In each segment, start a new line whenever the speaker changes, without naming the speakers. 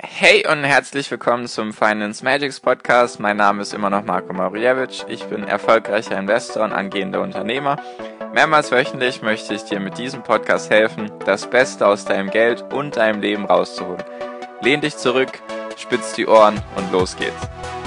Hey und herzlich willkommen zum Finance Magics Podcast. Mein Name ist immer noch Marko Marijevic. Ich bin erfolgreicher Investor und angehender Unternehmer. Mehrmals wöchentlich möchte ich dir mit diesem Podcast helfen, das Beste aus deinem Geld und deinem Leben rauszuholen. Lehn dich zurück, spitz die Ohren und los geht's.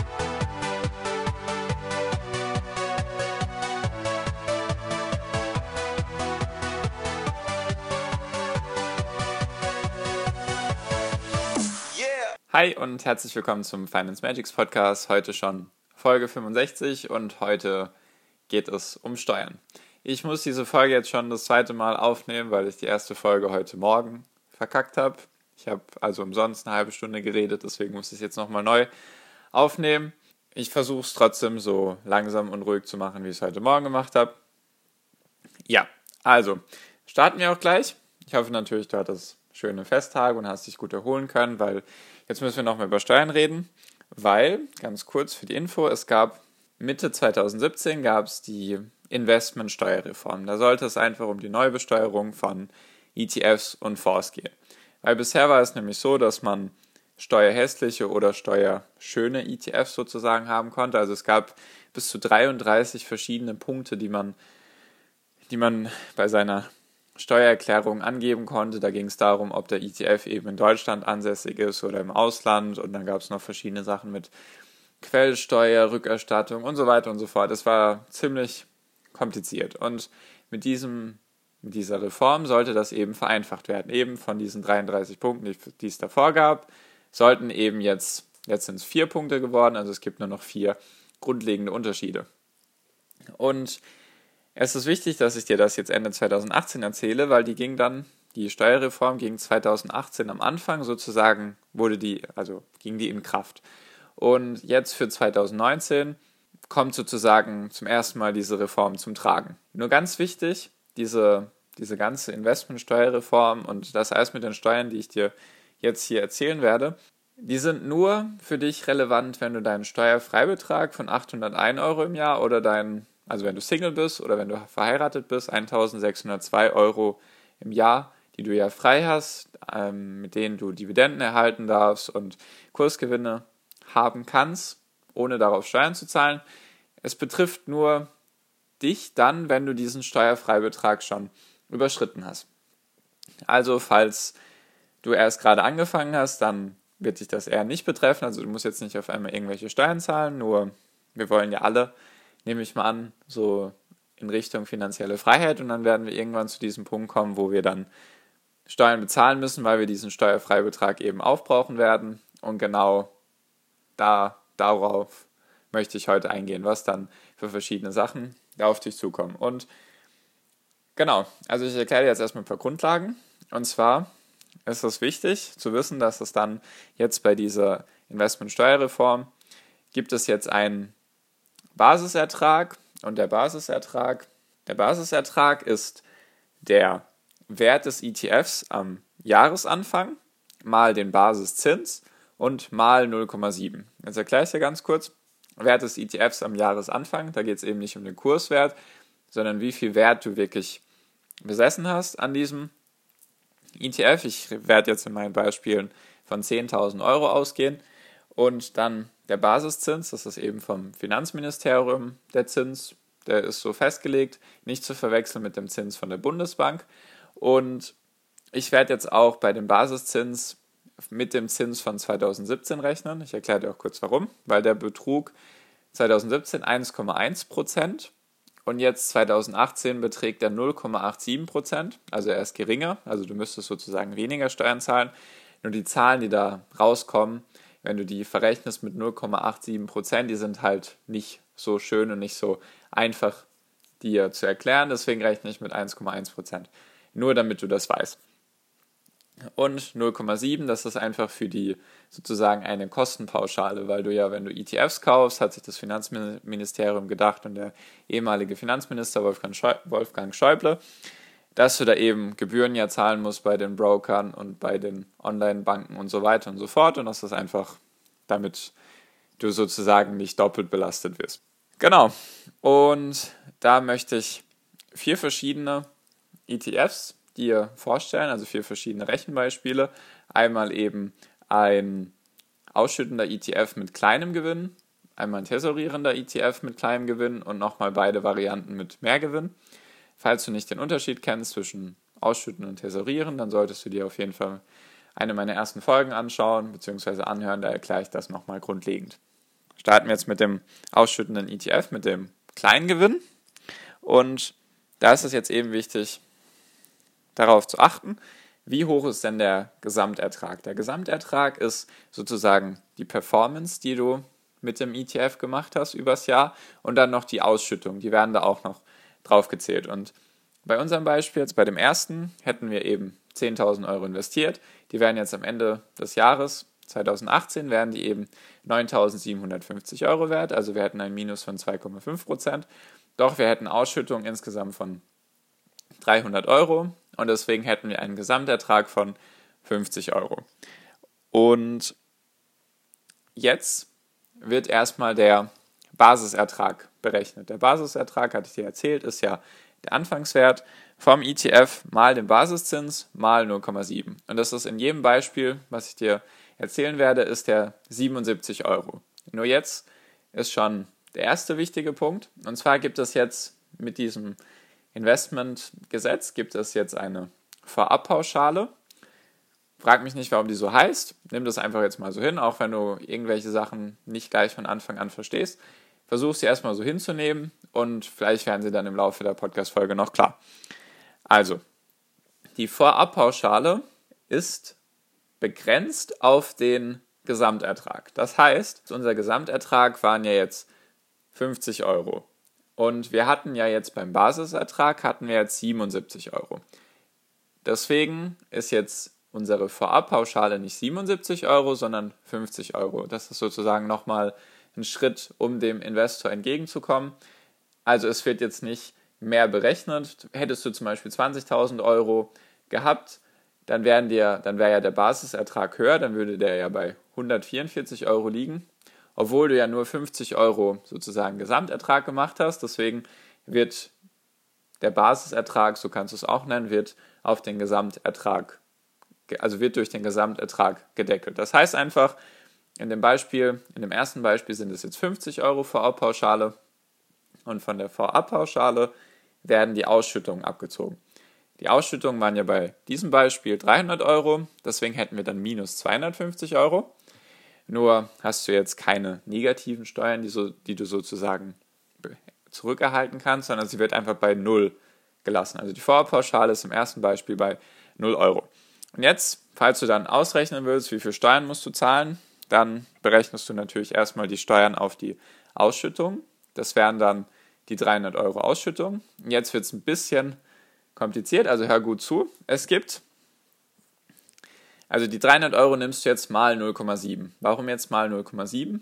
Hi und herzlich willkommen zum Finance Magics Podcast. Heute schon Folge 65 und heute geht es um Steuern. Ich muss diese Folge jetzt schon das zweite Mal aufnehmen, weil ich die erste Folge heute Morgen verkackt habe. Ich habe also umsonst eine halbe Stunde geredet, deswegen muss ich es jetzt nochmal neu aufnehmen. Ich versuche es trotzdem so langsam und ruhig zu machen, wie ich es heute Morgen gemacht habe. Ja, also starten wir auch gleich. Ich hoffe natürlich, du hattest schöne Festtage und hast dich gut erholen können, weil jetzt müssen wir nochmal über Steuern reden, weil, ganz kurz für die Info, es gab Mitte 2017 gab es die Investmentsteuerreform. Da sollte es einfach um die Neubesteuerung von ETFs und Fonds gehen. Weil bisher war es nämlich so, dass man steuerhässliche oder steuerschöne ETFs sozusagen haben konnte. Also es gab bis zu 33 verschiedene Punkte, die man bei seiner Steuererklärung angeben konnte. Da ging es darum, ob der ETF eben in Deutschland ansässig ist oder im Ausland, und dann gab es noch verschiedene Sachen mit Quellsteuer, Rückerstattung und so weiter und so fort. Das war ziemlich kompliziert, und mit dieser Reform sollte das eben vereinfacht werden. Eben von diesen 33 Punkten, die es davor gab, sollten eben jetzt sind es 4 Punkte geworden, also es gibt nur noch 4 grundlegende Unterschiede. Und es ist wichtig, dass ich dir das jetzt Ende 2018 erzähle, weil die Steuerreform ging 2018 am Anfang sozusagen, ging die in Kraft. Und jetzt für 2019 kommt sozusagen zum ersten Mal diese Reform zum Tragen. Nur ganz wichtig, diese ganze Investmentsteuerreform und das alles mit den Steuern, die ich dir jetzt hier erzählen werde, die sind nur für dich relevant, wenn du deinen Steuerfreibetrag von 801 Euro im Jahr oder also wenn du Single bist oder wenn du verheiratet bist, 1.602 Euro im Jahr, die du ja frei hast, mit denen du Dividenden erhalten darfst und Kursgewinne haben kannst, ohne darauf Steuern zu zahlen. Es betrifft nur dich dann, wenn du diesen Steuerfreibetrag schon überschritten hast. Also falls du erst gerade angefangen hast, dann wird dich das eher nicht betreffen. Also du musst jetzt nicht auf einmal irgendwelche Steuern zahlen, nur wir wollen ja alle, nehme ich mal an, so in Richtung finanzielle Freiheit, und dann werden wir irgendwann zu diesem Punkt kommen, wo wir dann Steuern bezahlen müssen, weil wir diesen Steuerfreibetrag eben aufbrauchen werden, und genau darauf möchte ich heute eingehen, was dann für verschiedene Sachen da auf dich zukommen. Und genau, also ich erkläre dir jetzt erstmal ein paar Grundlagen, und zwar ist es wichtig zu wissen, dass es dann jetzt bei dieser Investmentsteuerreform gibt es jetzt einen Basisertrag, und der Basisertrag ist der Wert des ETFs am Jahresanfang mal den Basiszins und mal 0,7. Jetzt erkläre ich dir ganz kurz. Wert des ETFs am Jahresanfang, da geht es eben nicht um den Kurswert, sondern wie viel Wert du wirklich besessen hast an diesem ETF. Ich werde jetzt in meinen Beispielen von 10.000 Euro ausgehen. Und dann der Basiszins, das ist eben vom Finanzministerium der Zins, der ist so festgelegt, nicht zu verwechseln mit dem Zins von der Bundesbank. Und ich werde jetzt auch bei dem Basiszins mit dem Zins von 2017 rechnen. Ich erkläre dir auch kurz warum, weil der betrug 2017 1,1% und jetzt 2018 beträgt er 0,87%, also er ist geringer, also du müsstest sozusagen weniger Steuern zahlen. Nur die Zahlen, die da rauskommen, wenn du die verrechnest mit 0,87%, die sind halt nicht so schön und nicht so einfach dir zu erklären. Deswegen rechne ich mit 1,1%. Nur damit du das weißt. Und 0,7, das ist einfach für die sozusagen eine Kostenpauschale, weil du ja, wenn du ETFs kaufst, hat sich das Finanzministerium gedacht und der ehemalige Finanzminister Wolfgang Schäuble, dass du da eben Gebühren ja zahlen musst bei den Brokern und bei den Online-Banken und so weiter und so fort, und das ist einfach, damit du sozusagen nicht doppelt belastet wirst. Genau, und da möchte ich 4 verschiedene ETFs dir vorstellen, also 4 verschiedene Rechenbeispiele. Einmal eben ein ausschüttender ETF mit kleinem Gewinn, einmal ein tesorierender ETF mit kleinem Gewinn und nochmal beide Varianten mit mehr Gewinn. Falls du nicht den Unterschied kennst zwischen Ausschütten und Tesorieren, dann solltest du dir auf jeden Fall eine meiner ersten Folgen anschauen bzw. anhören, da erkläre ich das nochmal grundlegend. Starten wir jetzt mit dem ausschüttenden ETF, mit dem kleinen Gewinn. Und da ist es jetzt eben wichtig, darauf zu achten, wie hoch ist denn der Gesamtertrag. Der Gesamtertrag ist sozusagen die Performance, die du mit dem ETF gemacht hast übers Jahr und dann noch die Ausschüttung, die werden da auch noch drauf gezählt. Und bei unserem Beispiel, jetzt bei dem ersten, hätten wir eben 10.000 Euro investiert. Die werden jetzt am Ende des Jahres 2018 wären die eben 9.750 Euro wert, also wir hätten ein Minus von 2,5%. Doch wir hätten Ausschüttung insgesamt von 300 Euro und deswegen hätten wir einen Gesamtertrag von 50 Euro. Und jetzt wird erstmal der Basisertrag berechnet. Der Basisertrag, hatte ich dir erzählt, ist ja der Anfangswert vom ETF mal den Basiszins mal 0,7. Und das ist in jedem Beispiel, was ich dir erzählen werde, ist der 77 Euro. Nur jetzt ist schon der erste wichtige Punkt. Und zwar gibt es jetzt mit diesem Investmentgesetz gibt es jetzt eine Vorabpauschale. Frag mich nicht, warum die so heißt. Nimm das einfach jetzt mal so hin, auch wenn du irgendwelche Sachen nicht gleich von Anfang an verstehst. Versuch sie erstmal so hinzunehmen und vielleicht werden sie dann im Laufe der Podcast-Folge noch klar. Also, die Vorabpauschale ist begrenzt auf den Gesamtertrag. Das heißt, unser Gesamtertrag waren ja jetzt 50 Euro. Und wir hatten ja jetzt beim Basisertrag 77 Euro. Deswegen ist jetzt unsere Vorabpauschale nicht 77 Euro, sondern 50 Euro. Das ist sozusagen nochmal ein Schritt, um dem Investor entgegenzukommen. Also es wird jetzt nicht mehr berechnet. Hättest du zum Beispiel 20.000 Euro gehabt, dann wäre ja der Basisertrag höher, dann würde der ja bei 144 Euro liegen, obwohl du ja nur 50 Euro sozusagen Gesamtertrag gemacht hast. Deswegen wird der Basisertrag, so kannst du es auch nennen, wird durch den Gesamtertrag gedeckelt. Das heißt einfach, in dem ersten Beispiel sind es jetzt 50 Euro Vorabpauschale und von der Vorabpauschale werden die Ausschüttungen abgezogen. Die Ausschüttungen waren ja bei diesem Beispiel 300 Euro, deswegen hätten wir dann minus 250 Euro. Nur hast du jetzt keine negativen Steuern, die du sozusagen zurückerhalten kannst, sondern sie wird einfach bei 0 gelassen. Also die Vorabpauschale ist im ersten Beispiel bei 0 Euro. Und jetzt, falls du dann ausrechnen willst, wie viel Steuern musst du zahlen, dann berechnest du natürlich erstmal die Steuern auf die Ausschüttung. Das wären dann die 300 Euro Ausschüttung. Und jetzt wird es ein bisschen kompliziert, also hör gut zu. Also die 300 Euro nimmst du jetzt mal 0,7. Warum jetzt mal 0,7?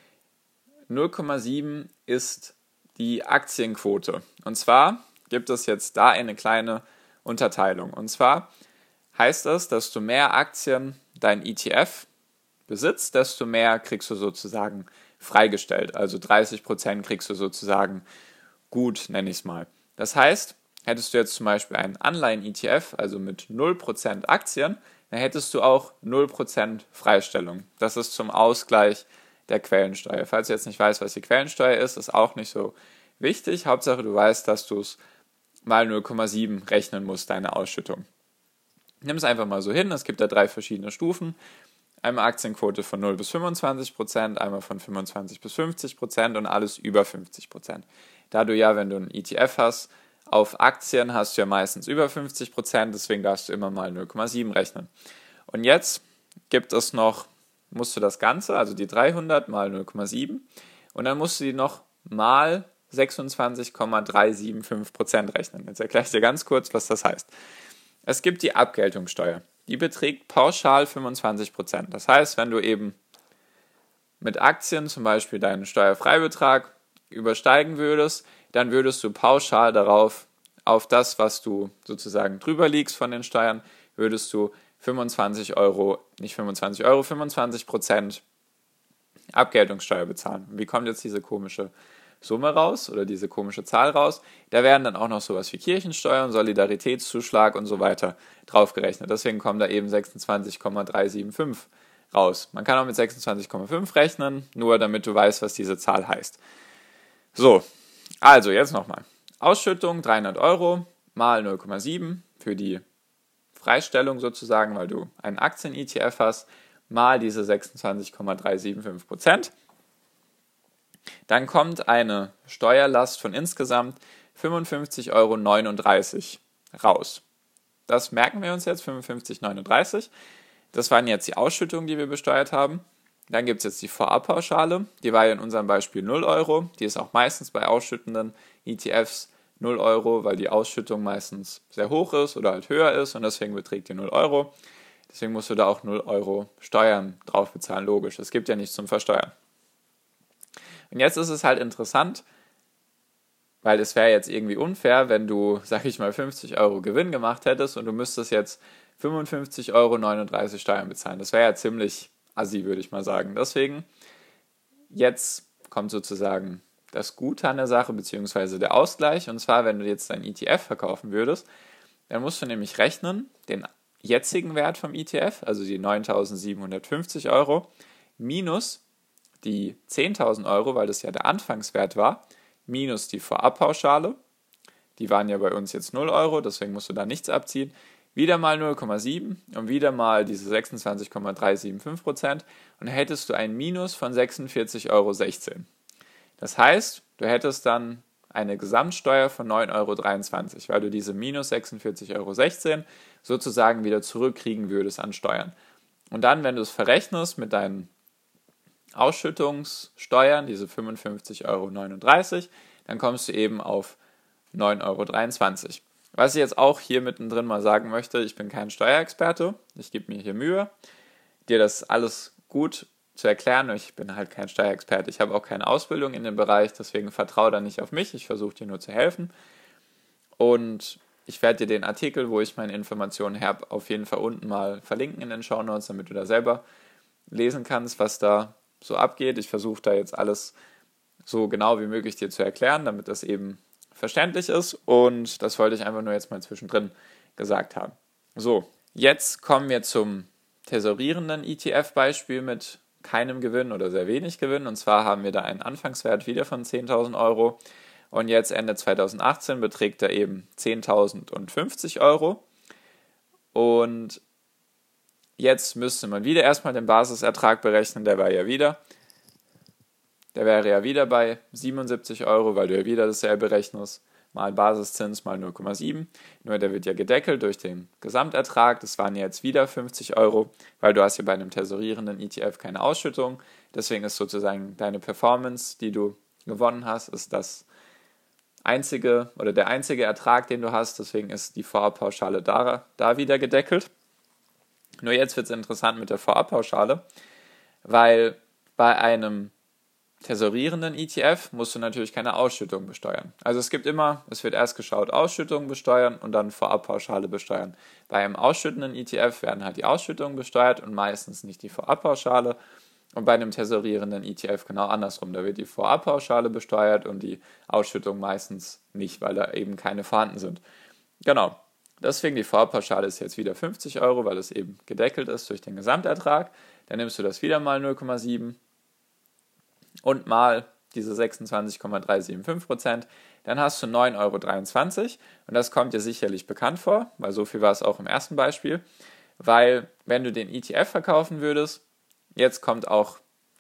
0,7 ist die Aktienquote. Und zwar gibt es jetzt da eine kleine Unterteilung. Und zwar heißt das, dass du mehr Aktien dein ETF besitzt, desto mehr kriegst du sozusagen freigestellt. Also 30% kriegst du sozusagen gut, nenne ich es mal. Das heißt, hättest du jetzt zum Beispiel einen Anleihen-ETF, also mit 0% Aktien, dann hättest du auch 0% Freistellung. Das ist zum Ausgleich der Quellensteuer. Falls du jetzt nicht weißt, was die Quellensteuer ist auch nicht so wichtig. Hauptsache, du weißt, dass du es mal 0,7 rechnen musst, deine Ausschüttung. Nimm es einfach mal so hin. Es gibt da 3 verschiedene Stufen. Einmal Aktienquote von 0 bis 25%, einmal von 25 bis 50% und alles über 50%. Da du ja, wenn du einen ETF hast, auf Aktien hast du ja meistens über 50%, deswegen darfst du immer mal 0,7 rechnen. Und jetzt musst du das Ganze, also die 300 mal 0,7 und dann musst du die noch mal 26,375% rechnen. Jetzt erkläre ich dir ganz kurz, was das heißt. Es gibt die Abgeltungssteuer. Die beträgt pauschal 25%. Das heißt, wenn du eben mit Aktien zum Beispiel deinen Steuerfreibetrag übersteigen würdest, dann würdest du pauschal auf das, was du sozusagen drüber liegst von den Steuern, würdest du 25% Abgeltungssteuer bezahlen. Wie kommt jetzt diese komische Summe raus oder diese komische Zahl raus? Da werden dann auch noch sowas wie Kirchensteuer und Solidaritätszuschlag und so weiter draufgerechnet. Deswegen kommen da eben 26,375 raus. Man kann auch mit 26,5 rechnen, nur damit du weißt, was diese Zahl heißt. So, also jetzt nochmal. Ausschüttung 300 Euro mal 0,7 für die Freistellung sozusagen, weil du einen Aktien-ETF hast, mal diese 26,375%. Dann kommt eine Steuerlast von insgesamt 55,39 Euro raus. Das merken wir uns jetzt, 55,39. Das waren jetzt die Ausschüttungen, die wir besteuert haben. Dann gibt es jetzt die Vorabpauschale, die war ja in unserem Beispiel 0 Euro. Die ist auch meistens bei ausschüttenden ETFs 0 Euro, weil die Ausschüttung meistens sehr hoch ist oder halt höher ist und deswegen beträgt die 0 Euro. Deswegen musst du da auch 0 Euro Steuern drauf bezahlen, logisch. Es gibt ja nichts zum Versteuern. Und jetzt ist es halt interessant, weil es wäre jetzt irgendwie unfair, wenn du, sag ich mal, 50 Euro Gewinn gemacht hättest und du müsstest jetzt 55,39 Euro Steuern bezahlen. Das wäre ja ziemlich assi, würde ich mal sagen. Deswegen, jetzt kommt sozusagen das Gute an der Sache, beziehungsweise der Ausgleich. Und zwar, wenn du jetzt deinen ETF verkaufen würdest, dann musst du nämlich rechnen, den jetzigen Wert vom ETF, also die 9.750 Euro, minus die 10.000 Euro, weil das ja der Anfangswert war, minus die Vorabpauschale, die waren ja bei uns jetzt 0 Euro, deswegen musst du da nichts abziehen, wieder mal 0,7 und wieder mal diese 26,375% und dann hättest du ein Minus von 46,16 Euro. Das heißt, du hättest dann eine Gesamtsteuer von 9,23 Euro, weil du diese minus 46,16 Euro sozusagen wieder zurückkriegen würdest an Steuern. Und dann, wenn du es verrechnest mit deinen Ausschüttungssteuern, diese 55,39 Euro, dann kommst du eben auf 9,23 Euro. Was ich jetzt auch hier mittendrin mal sagen möchte, ich bin kein Steuerexperte, ich gebe mir hier Mühe, dir das alles gut zu erklären. Ich bin halt kein Steuerexperte, ich habe auch keine Ausbildung in dem Bereich, deswegen vertraue da nicht auf mich, ich versuche dir nur zu helfen. Und ich werde dir den Artikel, wo ich meine Informationen habe, auf jeden Fall unten mal verlinken in den Shownotes, damit du da selber lesen kannst, was da so abgeht. Ich versuche da jetzt alles so genau wie möglich dir zu erklären, damit das eben verständlich ist und das wollte ich einfach nur jetzt mal zwischendrin gesagt haben. So, jetzt kommen wir zum tesorierenden ETF-Beispiel mit keinem Gewinn oder sehr wenig Gewinn und zwar haben wir da einen Anfangswert wieder von 10.000 Euro und jetzt Ende 2018 beträgt er eben 10.050 Euro und jetzt müsste man wieder erstmal den Basisertrag berechnen, der wäre ja wieder bei 77 Euro, weil du ja wieder dasselbe rechnest, mal Basiszins mal 0,7. Nur der wird ja gedeckelt durch den Gesamtertrag. Das waren jetzt wieder 50 Euro, weil du hast ja bei einem tesorierenden ETF keine Ausschüttung. Deswegen ist sozusagen deine Performance, die du gewonnen hast, ist das einzige oder der einzige Ertrag, den du hast. Deswegen ist die Vorabpauschale da wieder gedeckelt. Nur jetzt wird es interessant mit der Vorabpauschale, weil bei einem tesorierenden ETF musst du natürlich keine Ausschüttung besteuern. Also es wird erst geschaut, Ausschüttungen besteuern und dann Vorabpauschale besteuern. Bei einem ausschüttenden ETF werden halt die Ausschüttungen besteuert und meistens nicht die Vorabpauschale. Und bei einem tesorierenden ETF genau andersrum. Da wird die Vorabpauschale besteuert und die Ausschüttung meistens nicht, weil da eben keine vorhanden sind. Genau. Deswegen die Vorabpauschale ist jetzt wieder 50 Euro, weil es eben gedeckelt ist durch den Gesamtertrag. Dann nimmst du das wieder mal 0,7 und mal diese 26,375%, dann hast du 9,23 Euro und das kommt dir sicherlich bekannt vor, weil so viel war es auch im ersten Beispiel, weil wenn du den ETF verkaufen würdest, jetzt kommt auch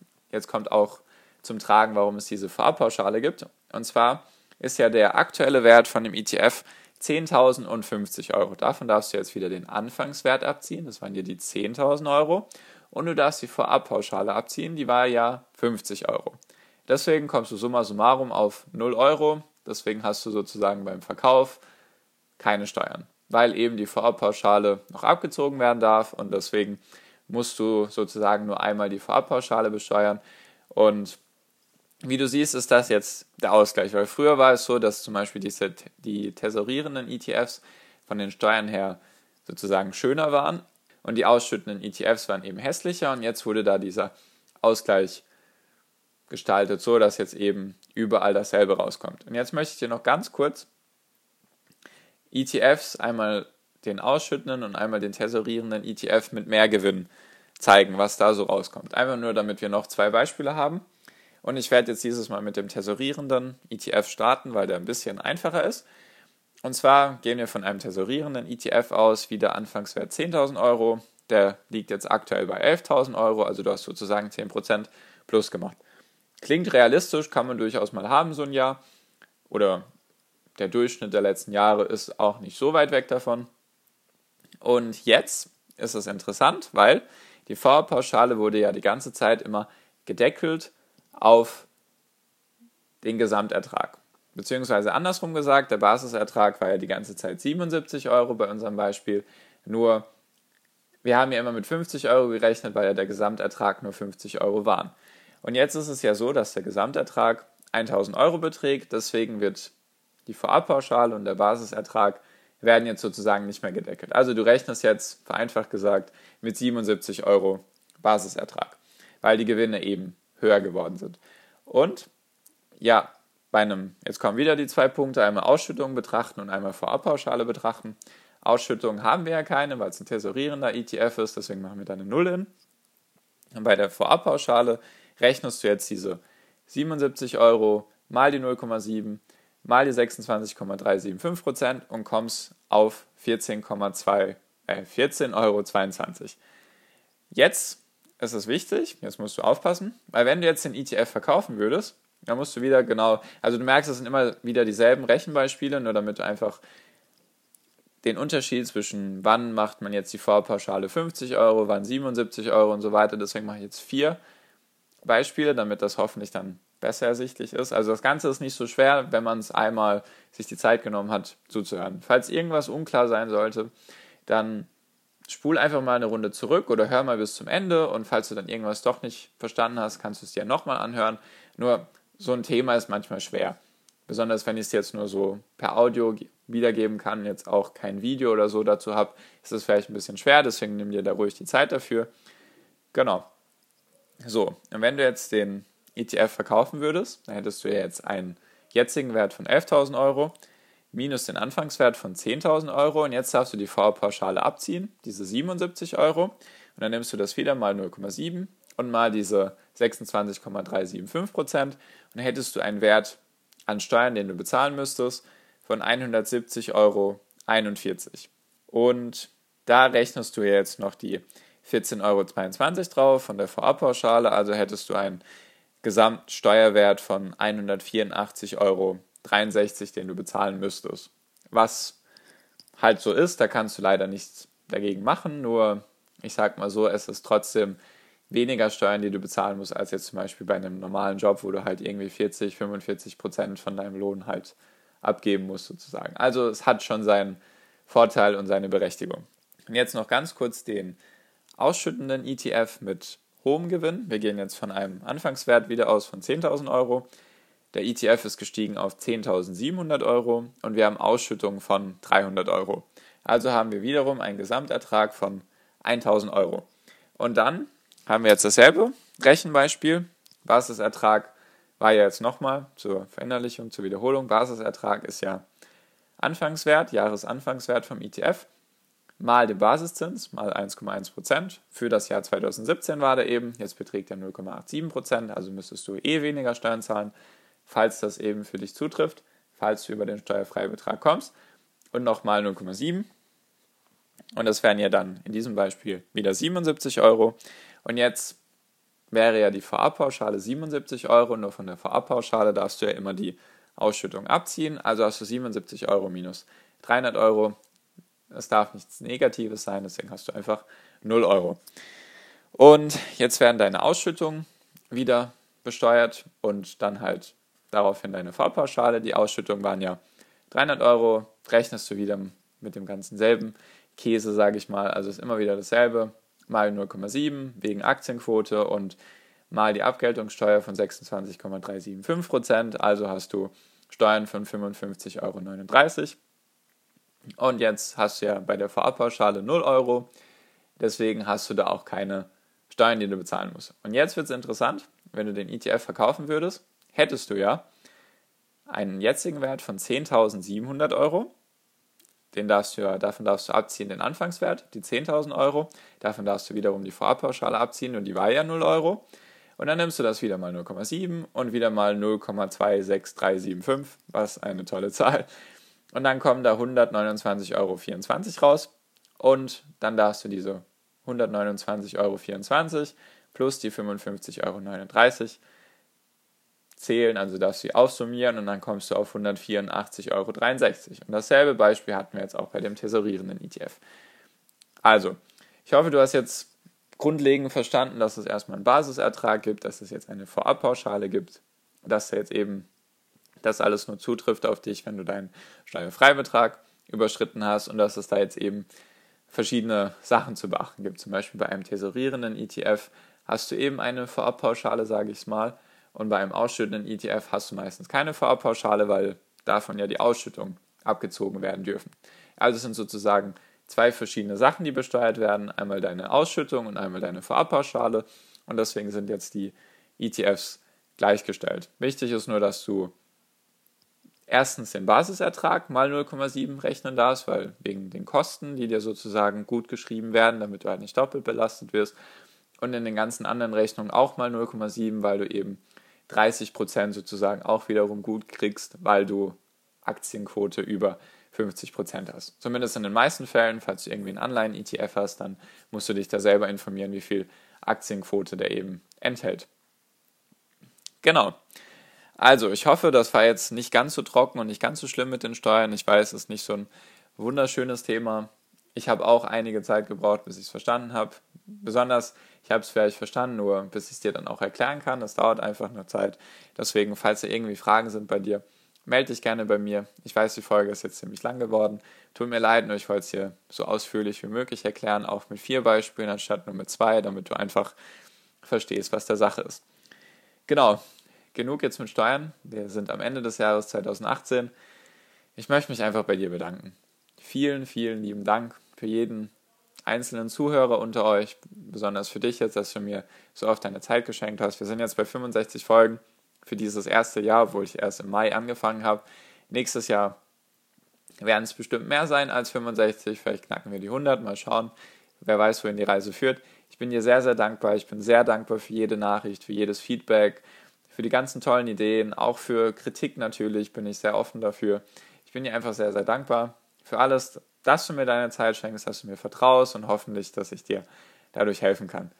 zum Tragen, warum es diese Vorabpauschale gibt, und zwar ist ja der aktuelle Wert von dem ETF 10.050 Euro. Davon darfst du jetzt wieder den Anfangswert abziehen, das waren dir die 10.000 Euro. Und du darfst die Vorabpauschale abziehen, die war ja 50 Euro. Deswegen kommst du summa summarum auf 0 Euro, deswegen hast du sozusagen beim Verkauf keine Steuern, weil eben die Vorabpauschale noch abgezogen werden darf und deswegen musst du sozusagen nur einmal die Vorabpauschale besteuern. Und wie du siehst, ist das jetzt der Ausgleich, weil früher war es so, dass zum Beispiel die tesorierenden ETFs von den Steuern her sozusagen schöner waren und die ausschüttenden ETFs waren eben hässlicher und jetzt wurde da dieser Ausgleich gestaltet, so dass jetzt eben überall dasselbe rauskommt. Und jetzt möchte ich dir noch ganz kurz ETFs, einmal den ausschüttenden und einmal den tesorierenden ETF mit mehr Gewinn zeigen, was da so rauskommt. Einfach nur, damit wir noch 2 Beispiele haben. Und ich werde jetzt dieses Mal mit dem tesorierenden ETF starten, weil der ein bisschen einfacher ist. Und zwar gehen wir von einem tesorierenden ETF aus, wie der Anfangswert 10.000 Euro. Der liegt jetzt aktuell bei 11.000 Euro, also du hast sozusagen 10% plus gemacht. Klingt realistisch, kann man durchaus mal haben so ein Jahr. Oder der Durchschnitt der letzten Jahre ist auch nicht so weit weg davon. Und jetzt ist es interessant, weil die Vorpauschale wurde ja die ganze Zeit immer gedeckelt auf den Gesamtertrag. Beziehungsweise andersrum gesagt, der Basisertrag war ja die ganze Zeit 77 Euro bei unserem Beispiel. Nur, wir haben ja immer mit 50 Euro gerechnet, weil ja der Gesamtertrag nur 50 Euro waren. Und jetzt ist es ja so, dass der Gesamtertrag 1.000 Euro beträgt. Deswegen wird die Vorabpauschale und der Basisertrag werden jetzt sozusagen nicht mehr gedeckelt. Also du rechnest jetzt, vereinfacht gesagt, mit 77 Euro Basisertrag, weil die Gewinne eben höher geworden sind. Und ja, jetzt kommen wieder die 2 Punkte, einmal Ausschüttung betrachten und einmal Vorabpauschale betrachten. Ausschüttung haben wir ja keine, weil es ein tesorierender ETF ist, deswegen machen wir da eine 0 hin. Und bei der Vorabpauschale rechnest du jetzt diese 77 Euro mal die 0,7 mal die 26,375% und kommst auf 14,22 Euro. Jetzt ist es wichtig, jetzt musst du aufpassen, weil wenn du jetzt den ETF verkaufen würdest, dann musst du wieder also du merkst, es sind immer wieder dieselben Rechenbeispiele, nur damit du einfach den Unterschied zwischen wann macht man jetzt die Vorpauschale 50 Euro, wann 77 Euro und so weiter, deswegen mache ich jetzt 4 Beispiele, damit das hoffentlich dann besser ersichtlich ist. Also das Ganze ist nicht so schwer, wenn man es einmal sich die Zeit genommen hat, zuzuhören. Falls irgendwas unklar sein sollte, dann spul einfach mal eine Runde zurück oder hör mal bis zum Ende und falls du dann irgendwas doch nicht verstanden hast, kannst du es dir nochmal anhören. Nur so ein Thema ist manchmal schwer. Besonders wenn ich es jetzt nur so per Audio wiedergeben kann, jetzt auch kein Video oder so dazu habe, ist es vielleicht ein bisschen schwer, deswegen nimm dir da ruhig die Zeit dafür. Genau. So, und wenn du jetzt den ETF verkaufen würdest, dann hättest du ja jetzt einen jetzigen Wert von 11.000 Euro minus den Anfangswert von 10.000 Euro und jetzt darfst du die Vorpauschale abziehen, diese 77 Euro und dann nimmst du das wieder mal 0,7 und mal diese 26,375% und dann hättest du einen Wert an Steuern, den du bezahlen müsstest, von 170,41 Euro. Und da rechnest du jetzt noch die 14,22 Euro drauf von der Vorabpauschale, also hättest du einen Gesamtsteuerwert von 184,63 Euro, den du bezahlen müsstest. Was halt so ist, da kannst du leider nichts dagegen machen, nur ich sag mal so, es ist trotzdem weniger Steuern, die du bezahlen musst, als jetzt zum Beispiel bei einem normalen Job, wo du halt irgendwie 40-45% von deinem Lohn halt abgeben musst sozusagen. Also es hat schon seinen Vorteil und seine Berechtigung. Und jetzt noch ganz kurz den ausschüttenden ETF mit hohem Gewinn. Wir gehen jetzt von einem Anfangswert wieder aus von 10.000 Euro. Der ETF ist gestiegen auf 10.700 Euro und wir haben Ausschüttungen von 300 Euro. Also haben wir wiederum einen Gesamtertrag von 1.000 Euro. Und dann haben wir jetzt dasselbe Rechenbeispiel. Basisertrag war ja jetzt nochmal zur Verinnerlichung, zur Wiederholung. Basisertrag ist ja Anfangswert, Jahresanfangswert vom ETF, mal den Basiszins, mal 1,1%. Für das Jahr 2017 war der eben, jetzt beträgt er 0,87%, also müsstest du weniger Steuern zahlen, falls das eben für dich zutrifft, falls du über den Steuerfreibetrag kommst. Und nochmal 0,7. Und das wären ja dann in diesem Beispiel wieder 77 Euro. Und jetzt wäre ja die Vorabpauschale 77 Euro, nur von der Vorabpauschale darfst du ja immer die Ausschüttung abziehen, also hast du 77 Euro minus 300 Euro. Es darf nichts Negatives sein, deswegen hast du einfach 0 Euro. Und jetzt werden deine Ausschüttungen wieder besteuert und dann halt daraufhin deine Vorpauschale. Die Ausschüttungen waren ja 300 Euro, rechnest du wieder mit dem ganzen selben Käse, sage ich mal. Also ist immer wieder dasselbe, mal 0,7 wegen Aktienquote und mal die Abgeltungssteuer von 26,375%. Also hast du Steuern von 55,39 Euro. Und jetzt hast du ja bei der Vorabpauschale 0 Euro, deswegen hast du da auch keine Steuern, die du bezahlen musst. Und jetzt wird es interessant, wenn du den ETF verkaufen würdest, hättest du ja einen jetzigen Wert von 10.700 Euro davon darfst du abziehen den Anfangswert, die 10.000 Euro. Davon darfst du wiederum die Vorabpauschale abziehen und die war ja 0 Euro. Und dann nimmst du das wieder mal 0,7 und wieder mal 0,26375, was eine tolle Zahl. Und dann kommen da 129,24 Euro raus. Und dann darfst du diese 129,24 Euro plus die 55,39 Euro zählen, also darfst du sie aufsummieren und dann kommst du auf 184,63 Euro. Und dasselbe Beispiel hatten wir jetzt auch bei dem tesorierenden ETF. Also, ich hoffe, du hast jetzt grundlegend verstanden, dass es erstmal einen Basisertrag gibt, dass es jetzt eine Vorabpauschale gibt, dass jetzt eben das alles nur zutrifft auf dich, wenn du deinen Steuerfreibetrag überschritten hast und dass es da jetzt eben verschiedene Sachen zu beachten gibt. Zum Beispiel bei einem tesorierenden ETF hast du eben eine Vorabpauschale, sage ich es mal, und bei einem ausschüttenden ETF hast du meistens keine Vorabpauschale, weil davon ja die Ausschüttungen abgezogen werden dürfen. Also es sind sozusagen zwei verschiedene Sachen, die besteuert werden, einmal deine Ausschüttung und einmal deine Vorabpauschale und deswegen sind jetzt die ETFs gleichgestellt. Wichtig ist nur, dass du erstens den Basisertrag mal 0,7 rechnen darfst, weil wegen den Kosten, die dir sozusagen gut geschrieben werden, damit du halt nicht doppelt belastet wirst und in den ganzen anderen Rechnungen auch mal 0,7, weil du eben 30% sozusagen auch wiederum gut kriegst, weil du Aktienquote über 50% hast. Zumindest in den meisten Fällen, falls du irgendwie einen Anleihen-ETF hast, dann musst du dich da selber informieren, wie viel Aktienquote der eben enthält. Genau. Also, ich hoffe, das war jetzt nicht ganz so trocken und nicht ganz so schlimm mit den Steuern. Ich weiß, es ist nicht so ein wunderschönes Thema. Ich habe auch einige Zeit gebraucht, bis ich es verstanden habe. Besonders, ich habe es vielleicht verstanden, nur bis ich es dir dann auch erklären kann. Das dauert einfach eine Zeit. Deswegen, falls da irgendwie Fragen sind bei dir, melde dich gerne bei mir. Ich weiß, die Folge ist jetzt ziemlich lang geworden. Tut mir leid, nur ich wollte es hier so ausführlich wie möglich erklären, auch mit 4 Beispielen anstatt nur mit 2, damit du einfach verstehst, was der Sache ist. Genau, genug jetzt mit Steuern. Wir sind am Ende des Jahres 2018. Ich möchte mich einfach bei dir bedanken. Vielen, vielen lieben Dank für jeden einzelnen Zuhörer unter euch, besonders für dich jetzt, dass du mir so oft deine Zeit geschenkt hast. Wir sind jetzt bei 65 Folgen für dieses erste Jahr, obwohl ich erst im Mai angefangen habe. Nächstes Jahr werden es bestimmt mehr sein als 65, vielleicht knacken wir die 100, mal schauen, wer weiß, wohin die Reise führt. Ich bin dir sehr, sehr dankbar, ich bin sehr dankbar für jede Nachricht, für jedes Feedback, für die ganzen tollen Ideen, auch für Kritik natürlich bin ich sehr offen dafür. Ich bin dir einfach sehr, sehr dankbar für alles, dass du mir deine Zeit schenkst, dass du mir vertraust und hoffentlich, dass ich dir dadurch helfen kann.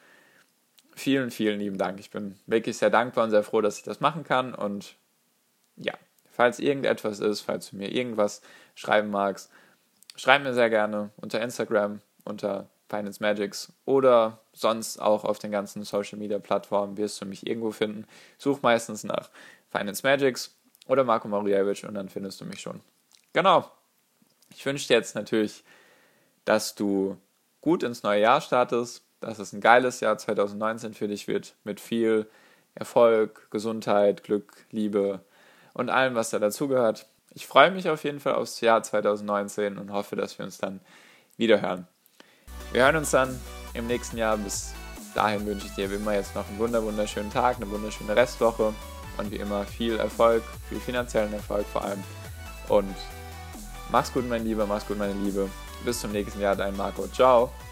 Vielen, vielen lieben Dank. Ich bin wirklich sehr dankbar und sehr froh, dass ich das machen kann. Und ja, falls irgendetwas ist, falls du mir irgendwas schreiben magst, schreib mir sehr gerne unter Instagram, unter Finance Magics oder sonst auch auf den ganzen Social Media Plattformen wirst du mich irgendwo finden. Such meistens nach Finance Magics oder Marko Marijevic und dann findest du mich schon. Genau. Ich wünsche dir jetzt natürlich, dass du gut ins neue Jahr startest, dass es ein geiles Jahr 2019 für dich wird, mit viel Erfolg, Gesundheit, Glück, Liebe und allem, was da dazugehört. Ich freue mich auf jeden Fall aufs Jahr 2019 und hoffe, dass wir uns dann wieder hören. Wir hören uns dann im nächsten Jahr. Bis dahin wünsche ich dir wie immer jetzt noch einen wunderschönen Tag, eine wunderschöne Restwoche und wie immer viel Erfolg, viel finanziellen Erfolg vor allem. Und mach's gut, mein Lieber, mach's gut, meine Liebe. Bis zum nächsten Jahr, dein Marco. Ciao.